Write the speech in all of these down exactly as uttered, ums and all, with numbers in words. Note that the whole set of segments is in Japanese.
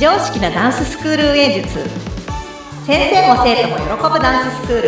常識なダンススクール運営術。先生も生徒も喜ぶダンススクール。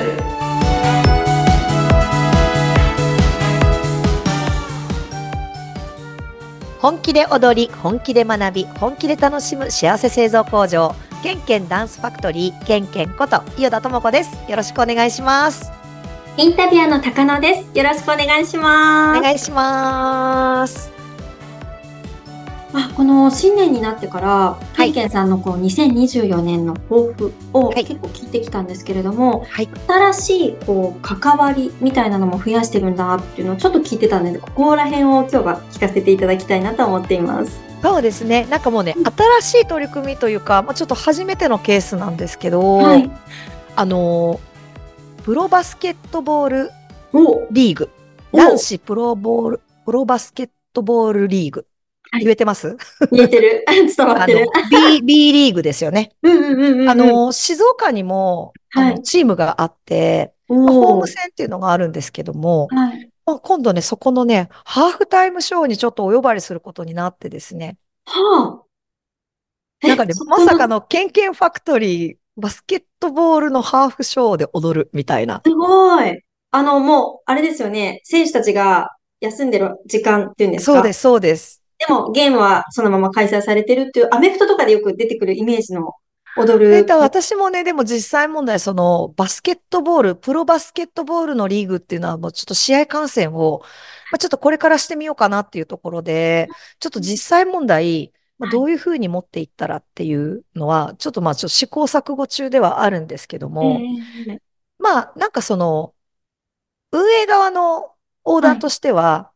本気で踊り、本気で学び、本気で楽しむ幸せ製造工場、ケンケンダンスファクトリー、ケンケンこと伊予田智子です。よろしくお願いします。 インタビュアーの高野です。よろしくお願いします。 お願いします。 あ、この新年になってから、ケンケンさんのこうにせんにじゅうよねんの抱負を結構聞いてきたんですけれども、はい、新しいこう関わりみたいなのも増やしてるんだっていうのをちょっと聞いてたので、ここら辺を今日は聞かせていただきたいなと思っています。 そうですね。なんかもうね、うん、新しい取り組みというか、まあ、ちょっと初めてのケースなんですけど、はい、あのプロバスケットボールリーグ、男子プロボールプロバスケットボールリーグ。言えてます？ 言えてる。伝わってる。 B、B リーグですよね。あの、静岡にも、はい、あのチームがあって、まあ、ホーム戦っていうのがあるんですけども、はい、まあ、今度ね、そこのね、ハーフタイムショーにちょっとお呼ばれすることになってですね。はあ。なんかね、まさかのケンケンファクトリー、バスケットボールのハーフショーで踊るみたいな。 すごい。あの、もう、あれですよね。選手たちが休んでる時間っていうんですか？ そうです、そうです。 でも、ゲームはそのまま開催されてるっていう、アメフトとかでよく出てくるイメージの踊る。 えっと、私もね、でも実際問題、その、バスケットボール、プロバスケットボールのリーグっていうのは、もうちょっと試合観戦を、まあ、ちょっとこれからしてみようかなっていうところで、ちょっと実際問題、まあ、どういうふうに持っていったらっていうのは、ちょっとまあ、ちょっと試行錯誤中ではあるんですけども、えー、まあ、なんかその、運営側のオーダーとしては、はい、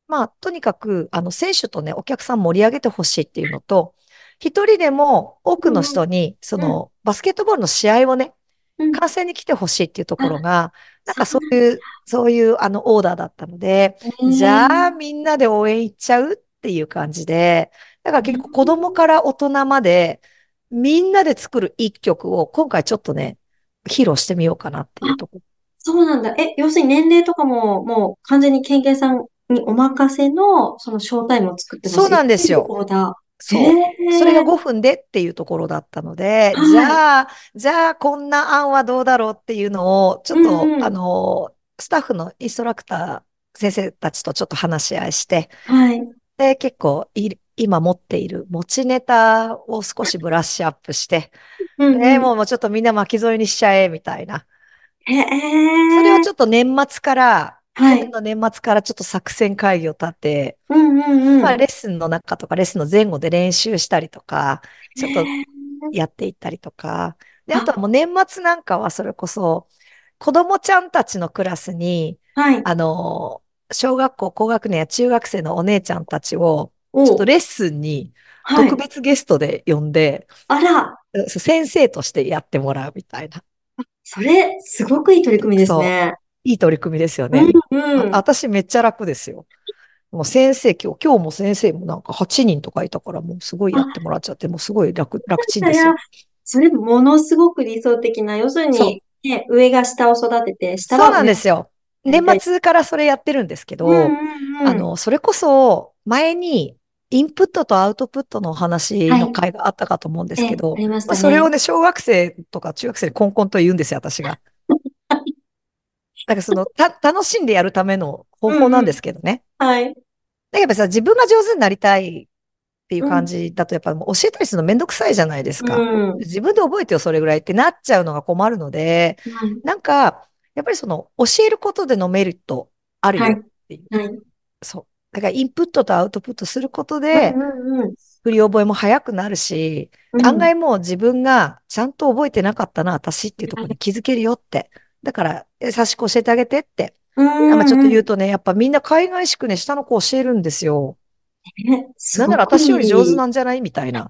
まあ、とにかく、あの、選手とね、お客さん盛り上げてほしいっていうのと、一人でも多くの人に、その、バスケットボールの試合をね、観戦に来てほしいっていうところが、なんかそういう、そういう、あの、オーダーだったので、じゃあ、みんなで応援行っちゃうっていう感じで、だから結構子供から大人まで、みんなで作る一曲を、今回ちょっとね、披露してみようかなっていうところ。 そうなんだ。え、要するに年齢とかも、もう完全にケンケンさんにお任せの、そのショータイムを作ってほしい。 そうなんですよ。そう。それがごふんでっていうところだったので、はい、じゃあ、じゃあこんな案はどうだろうっていうのを、ちょっと、うんうん、あの、スタッフのインストラクター先生たちとちょっと話し合いして、はい、で、結構い、今持っている持ちネタを少しブラッシュアップして、うんうん、でもうもうちょっとみんな巻き添えにしちゃえ、みたいな。へー。それをちょっと年末から、はい、去年の年末からちょっと作戦会議を立て、うんうんうん、まあレッスンの中とかレッスンの前後で練習したりとか、ちょっとやっていったりとか。で、あとはもう年末なんかはそれこそ、子供ちゃんたちのクラスに、はい、あの、小学校高学年や中学生のお姉ちゃんたちを、ちょっとレッスンに特別ゲストで呼んで、はい、あら、先生としてやってもらうみたいな。 それ、すごくいい取り組みですね。 いい取り組みですよね。うんうん、私めっちゃ楽ですよ。もう先生、今日、今日も先生もなんかはちにんとかいたから、もうすごいやってもらっちゃって、もうすごい楽、楽ちんですよ。 それものすごく理想的な、要するに、ね、上が下を育てて、下はそうなんですよ。年末からそれやってるんですけど、うんうんうん、あの、それこそ前に、インプットとアウトプットのお話の会があったかと思うんですけど、はい、ええ、ありましたね。まあ、それをね、小学生とか中学生にコンコンと言うんですよ、私が。だからその、た、楽しんでやるための方法なんですけどね。うんうん、はい。だけどやっぱさ、自分が上手になりたいっていう感じだと、やっぱもう教えたりするのめんどくさいじゃないですか。うん、自分で覚えてよ、それぐらいってなっちゃうのが困るので、うん、なんか、やっぱりその、教えることでのメリットあるよっていう。はいはい、そう。だからインプットとアウトプットすることで、振り覚えも早くなるし、うん、案外もう自分がちゃんと覚えてなかったな、私っていうところに気づけるよって。だから、優しく教えてあげてって。うんうん、まあちょっと言うとね、やっぱみんな海外しくね、下の子教えるんですよ。なんなら私より上手なんじゃないみたいな。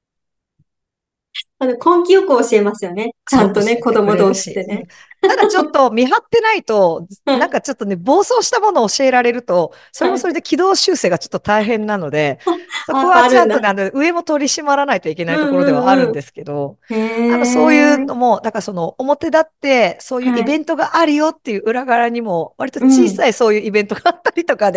あの、根気よく教えますよね。ちゃんとね、子供同士でね。 ただちょっと見張ってないと、なんかちょっとね、暴走したものを教えられると、それもそれで軌道修正がちょっと大変なので、そこはちゃんとね、あの、上も取り締まらないといけないところではあるんですけど、あの、そういうのも、だからその、表立って、そういうイベントがあるよっていう裏側にも、割と小さいそういうイベントがあったりとかで、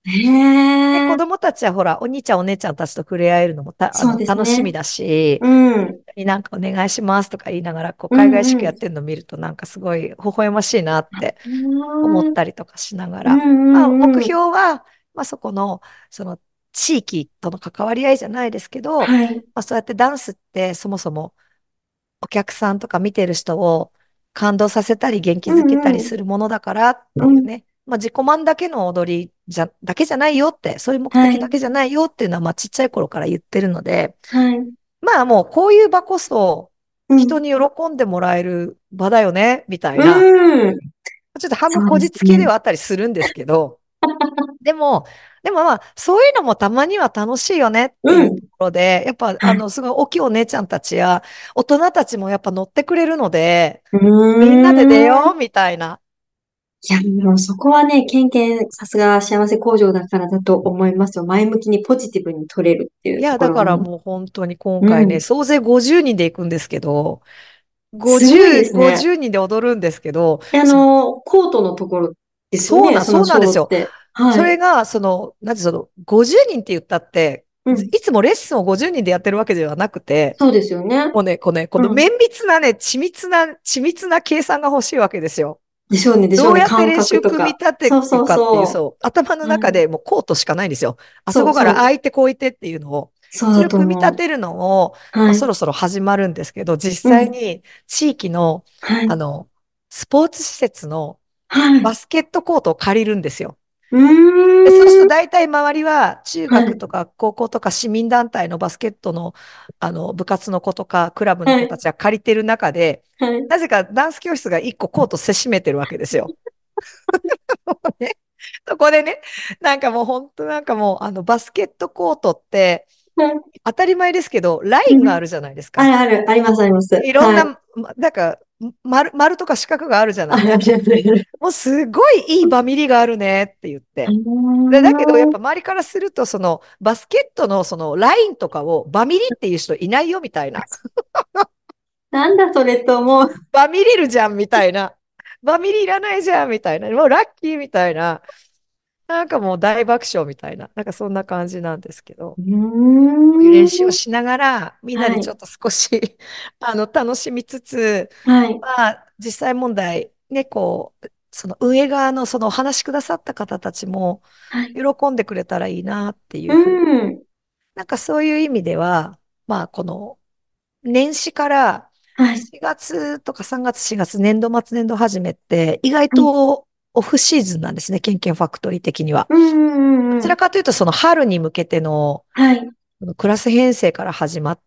で、子へえ、 供たちはほら、お兄ちゃんお姉ちゃんたちと触れ合えるのもた、あそうの、 ですね。 楽しみだし、 うん。 なんかお願いしますとか言いながら、こう、 う海外んうん。 式やってるのを見るとなんかすごい微笑ましいなってうーん。 思ったりとかしながうんら、まあ、目うんうん。 標は、まあ、そこの、その、地域との関わり合いじゃないですけど、 はい。 まあ、そうやってダンスってそもそもお客さんとか見てる人を感動させたり元気うづけたんうん。 りするものだからっうん。 ていうね。まあ、自己満だけの踊りじゃ、だけじゃないよって、そういう目はい。 的だけじゃないよっていうのは、まあ、ちっちゃい頃から言ってるので、 はい。 まあ、もうこういう場こそ、 うん。 人に喜んでもらえる場だよね、みたいな。 うん。 ちょっと半分そうこですね。 じつけではあったりするんですけど、でも、でもまあ、そういうのもたまには楽しいよねっていうとうん。 ころで、やっぱ、 はい。 あの、すごい大きいお姉ちゃんたちや、大人たちもやっぱ乗ってくれるので、 うみんなで出ーん。 ようみたいな。 いや、もうそこはね、ケンケン、さすが幸せ工場だからだと思いますよ。前向きにポジティブに取れるっていうといや、だころはね。 からもう本当に今回ね、 うん。 総勢ごじゅうにんで行くんですけど、 すごいでごじゅう、 すね。 ごじゅうにんで踊るんですけど、 あそのの、コートのところですよね、 そうなん、 そのシそうなんですよ。 ョーって。はい。 それが、その、なんてその、ごじゅうにんって言ったって、 うん。 いつもレッスンをごじゅうにんでやってるわけではなくて、 そうですよね。 もうね、このね、こうん。 の綿密なね、緻密な、緻密な計算が欲しいわけですよ。 でしょうね、でしょうね。 どうやって感練習組み覚とか。 立てそうそうるかっていう、 そそう、頭のう。はい。 中でもうコートしかないんですよ。あそそうそう。 こからああいてこういてっていうのを、 そうだそれを組みと思う。 立てるのを、まあ、 はい。 そろそろ始まるんですけど、実うん。 際に地域の、 はい。 あの、スポーツ施設のはい。 バスケットコートを借りるんですよ。 うで、そうするとーん。 大体周りは中はい。 学とか高校とか市民団体のバスケットの、あの部活の子とかクラブのはい。 子たちが借りてる中で、 はい。 なぜかダンス教室が一個コートせしめてるわけですよ。ね、そこでね、なんかもう本当なんかもうあのバスケットコートってはい。 当たり前ですけど、ライうん。 ンがあるじゃないですか。 あるある、あります、あります。 いろんな、 はい。 まなんか丸、丸とか四角があるじゃなあるあるいですか。 あるある。 もうすごいいいバミリがあるねって言っうーて。で、だけど、やっん。 ぱ周りからすると、その、バスケットのそのラインとかをバミリっていう人いないよみたいな。 なんだそれと思う。 バミリるじゃんみたいな。バミリいらないじゃんみたいな。もうラッキーみたいな。なんかもう大爆笑みたいな。なんかそんな感じなんですけど。 うーこういう練習をん。 しながら、みんなはい。 でちょっと少しあの、楽しみつつ、 はい。 まあ、実際問題、ね、こう、その運営側のそのお話しくださった方たちもはい。 喜んでくれたらいいなっていううふうに。 ん。 なんかそういう意味では、まあ、この年始からはい。 しがつとかさんがつ、しがつ、年度末年度始めって意外はい。 とオフシーズンなんですね、ケンケンファクトリー的には。 うんうんどうんうん。 ちらかというと、その春に向けてのはい。 そのクラス編成から始まって、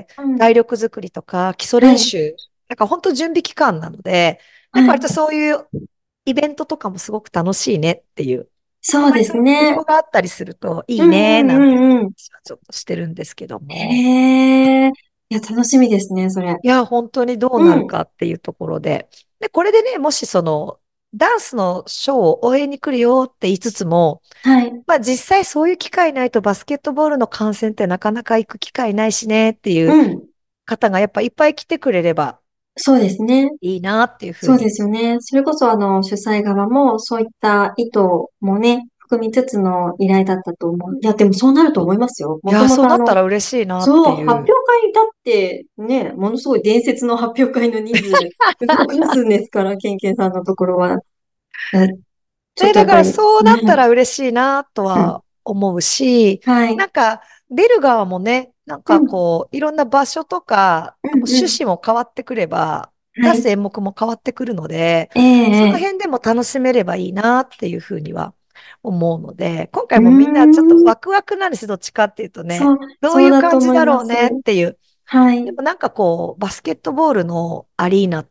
うん。 体力作りとか基礎はい。 練習、なんか本当準備期間なので、なんか割とはい。 そういうイベントとかもすごく楽しいねっていう、 そうで割とすね。 余裕があったりするといいうんうねなんてんうんうん。 話はちょっとしてるんですけども。 へえ。いや、楽しみですね、それ。 いや、本当にどうなるうん。 かっていうところで。で、これでね、もしその、ダンスのショーを応援に来るよって言いつつも、 はい。 まあ実際そういう機会ないとバスケットボールの観戦ってなかなか行く機会ないしねっていううん。 方がやっぱいっぱい来てくれればそうですね。 いいなっていうふうそうでに。 すよね。それこそ、あの、主催側も、そういった意図もね、含みつつの依頼だったと思う。いや、でもそうなると思いますよ。もといや、そうなったもとあの、 ら嬉しいなってそう、発表いう。 会だってね、ものすごい伝説の発表会の人数動かすんですから、ケンケンさんのところは。えちょっで、だからとやっぱり、 そうなったね。 ら嬉しいなとうん。 は思うし、 はい。 なんか出る側もね、なんかうん。 こう、いろんな場所とか、 うん。うん。 もう趣旨も変わってくれば、出すはい。 演目も変わってくるので、 えそのえ、ええ辺でも楽しめればいいなっていうふうには思うので、今うー回もみんなちょっとん。 ワクワクなんです、どっちかっていうとね。 そう、 どういうそうだと感じだ思います。 ろうねっていう。 はい。 でもなんかこう、バスケットボールのアリーナって、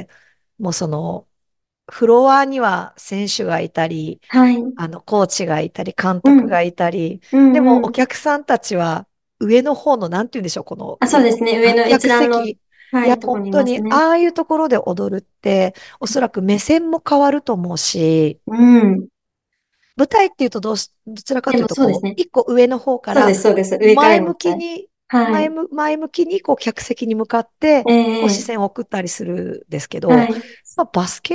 もうその、フロアには選手がいたり、 はい。 あの、コーチがいたり、監うん。 督がいたり、 うでもんうん。 お客さんたちは上の方の、なんて言うんでしょう、この、 あ、そうですね。上の一観客覧の、 席。いや、 はい、とこ本当に、 にいますね。 ああいうところで踊るって、おそらく目線も変わると思うし、 うん。 舞台っていうとどうし、どちらかでというと、こう、 もそうですね。 一個上の方からそうです、そうです。上から前向見たい。 きに、 はい。 前む、前向きにこう客席に向かって、 えこう視え、 線を送ったりするんですけど、 はい。 まあ、バスケッ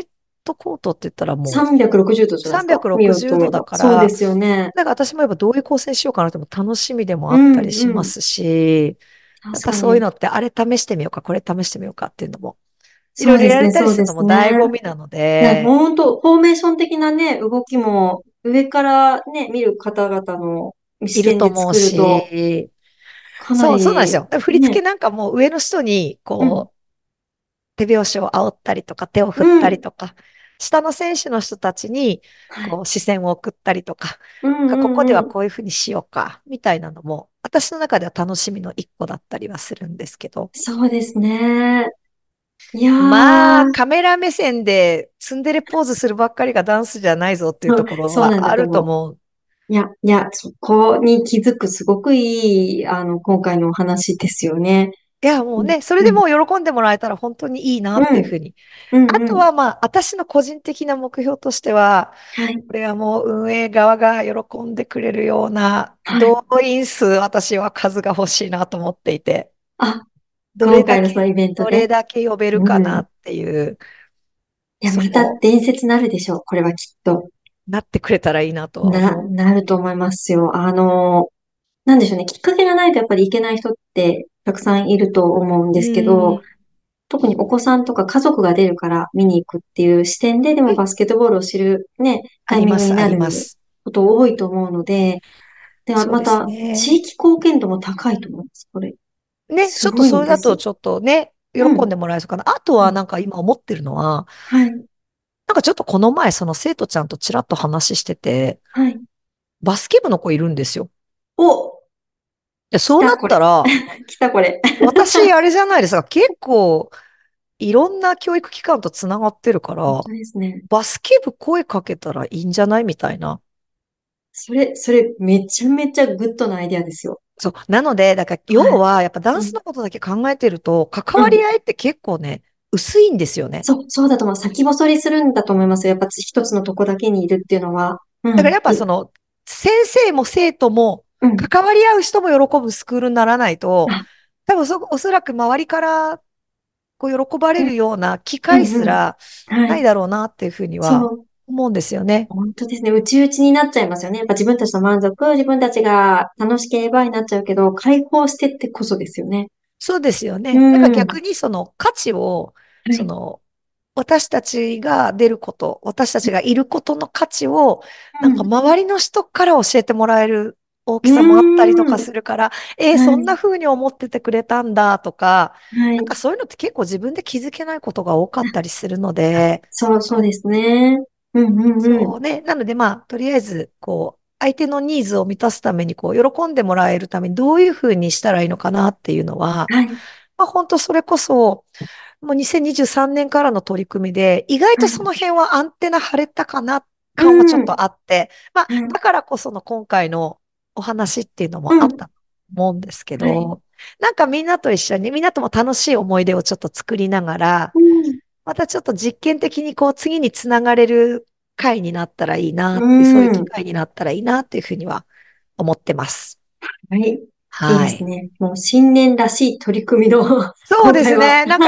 トコートって言ったらもう、 さんびゃくろくじゅうどじゃないですか。 さんびゃくろくじゅうどだから、 そうですよね。 だから私もやっぱどういう構成しようかなっても楽しみでもあったりうん、うん。 しますし、やっぱ確かに。 そういうのって、あれ試してみようか、これ試してみようかっていうのも、いろいろそうですね、 やれたりそうでするのも醍すね。 醐味なのいや、 で、 ほんと、フォーメーション的なね、動きも、上からね、見る方々の視いる点でと思う作ると、 し、 かなそう、そうなんですり、 よ。振り付けね、 なんかもう上の人に、 うん、 こう、手拍子を煽ったりとか、手を振うったりん、 とか、下の選手の人たちに、 はい。 こう、視線を送ったりとか、 うん、 かここでうん、うん。 はこういうふうにしようか、みたいなのも、私の中では楽しみの一個だったりはするんですけど、 そうですね。いやまあ、 ー、 カメラ目線でツンデレポーズするばっかりがダンスじゃないぞっていうところそうなんはあだと思う。 ると思う。 いや、いや、そこに気づくすごくいい、あの、今回のお話ですよね。 いや、もうん、 うね、それうん、 でもう喜んでもらえたら本当にいいなうん、 っていうふうに。 うん、 あうん。 とはまあ、私の個人的な目標としては、 はい、 これはもう運営側が喜んでくれるようなはい。 動員数、私は数が欲しいなと思っていて、 あ、 どれ今回のそのイだけ、 ベントで。 どれだけ呼べるかうん。 なっていう、 いや、またそこ、 伝説なるでしょう。これはきっと。 なってくれたらいいなとはな、 思なると思いますよ。あの、なんでしょうね。きっかけがないとやっぱりいけない人ってたくさんいると思うんう。うですけど、 ーん。 特にお子さんとか家族が出るから見に行くっていう視点ででもバスケットボールを知るね、タイミングにあります、あなるります。 こと多いと思うので、ではそうですまたね。 地域貢献度も高いと思います。これ。 ね、ちょっとすごいそれだとんです。 ちょっとね、 うん。 喜んでもらえそうかな。あとうん。 はなんか今思ってるのは、 はい。 なんかちょっとこの前その生徒ちゃんとちらっと話してて、 はい。 バスケ部の子いるんですよ。 お、 で、 来た、 そうなっこれ。 たら、 来た、これ。 私、あれじゃないですか、結構、いろんな教育機関とつながってるから、 本当ですね。 バスケ部声かけたらいいんじゃないみたいな。 それ、それ、めちゃめちゃグッドなアイデアですよ。 そう。なので、だから、要はい。 は、やっぱダンスうん。 のことだけ考えてると、関わりうん。 合いって結構ね、薄いんですよね。 そう、そうだと思う。先細りするんだと思いますよ。やっぱ一つのとこだけにいるっていうのは。うん。 だからやっぱい、 その、先生も生徒も、 うん。 関わり合う人も喜ぶスクールにならないと、 あ、 多分そ、おそらく周りからこう喜ばれうん。 るような機会うん、うん。 すらはい。 ないだろうなっていうふうにはそう。 思うんですよね。 本当ですね。内々になっちゃいますよね。やっぱ自分たちの満足、自分たちが楽しければになっちゃうけど、解放してってこそですよね。 そうですようね。だからん。 逆にその価値を、 はい。 その私たちが出ること、私たちがいることの価値を、なんかうん。 周りの人から教えてもらえる大うきさもあったりとかーん。 するから、えーそんなはい。 風に思っててくれたんだとか、 はい。 なんかそういうのって結構自分で気づけないことが多かったりするので、 そう、そうですね。うんうんうん。 そうね。なのでまあ、とりあえず、こう、相手のニーズを満たすために、こう、喜んでもらえるためにどういう風にしたらいいのかなっていうのは、 はい。 まあ本当それこそ、もうにせんにじゅうさんねんからの取り組みで、意外はい。 とその辺はアンテナ張れたかなう感はちょっん。 とあって、まあ、 はい。 だからこその今回のお話っていうのうん。 もあったと思うんですけはい。 ど、なんかみんなと一緒に、みんなとも楽しい思い出をちょっと作りながら、 うん。 またちょっと実験的にこう次につながれる回になったらいいなうって、そういう機ん。 会になったらいいなっていうふうには思ってます。 はい。いいではい。 すね。もう新年らしい取り組みのそう今回は。 ですね。なんかはい。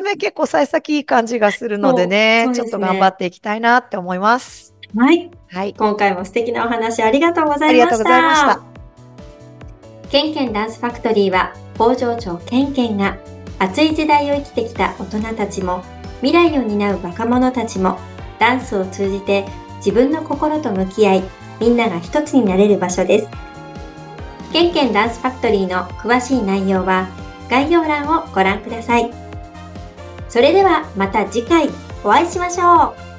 一発目結構幸先いい感じがするのでそう、 ね、 そうでちょっと頑張すね。 っていきたいなって思います。 はい。 はい。 今回も素敵なお話ありがとうございましありがとうございました。 た。 ケンケンダンスファクトリーは工場長ケンケンが熱い時代を生きてきた大人たちも未来を担う若者たちもダンスを通じて自分の心と向き合いみんなが一つになれる場所です。ケンケンダンスファクトリーの詳しい内容は概要欄をご覧ください。それではまた次回お会いしましょう。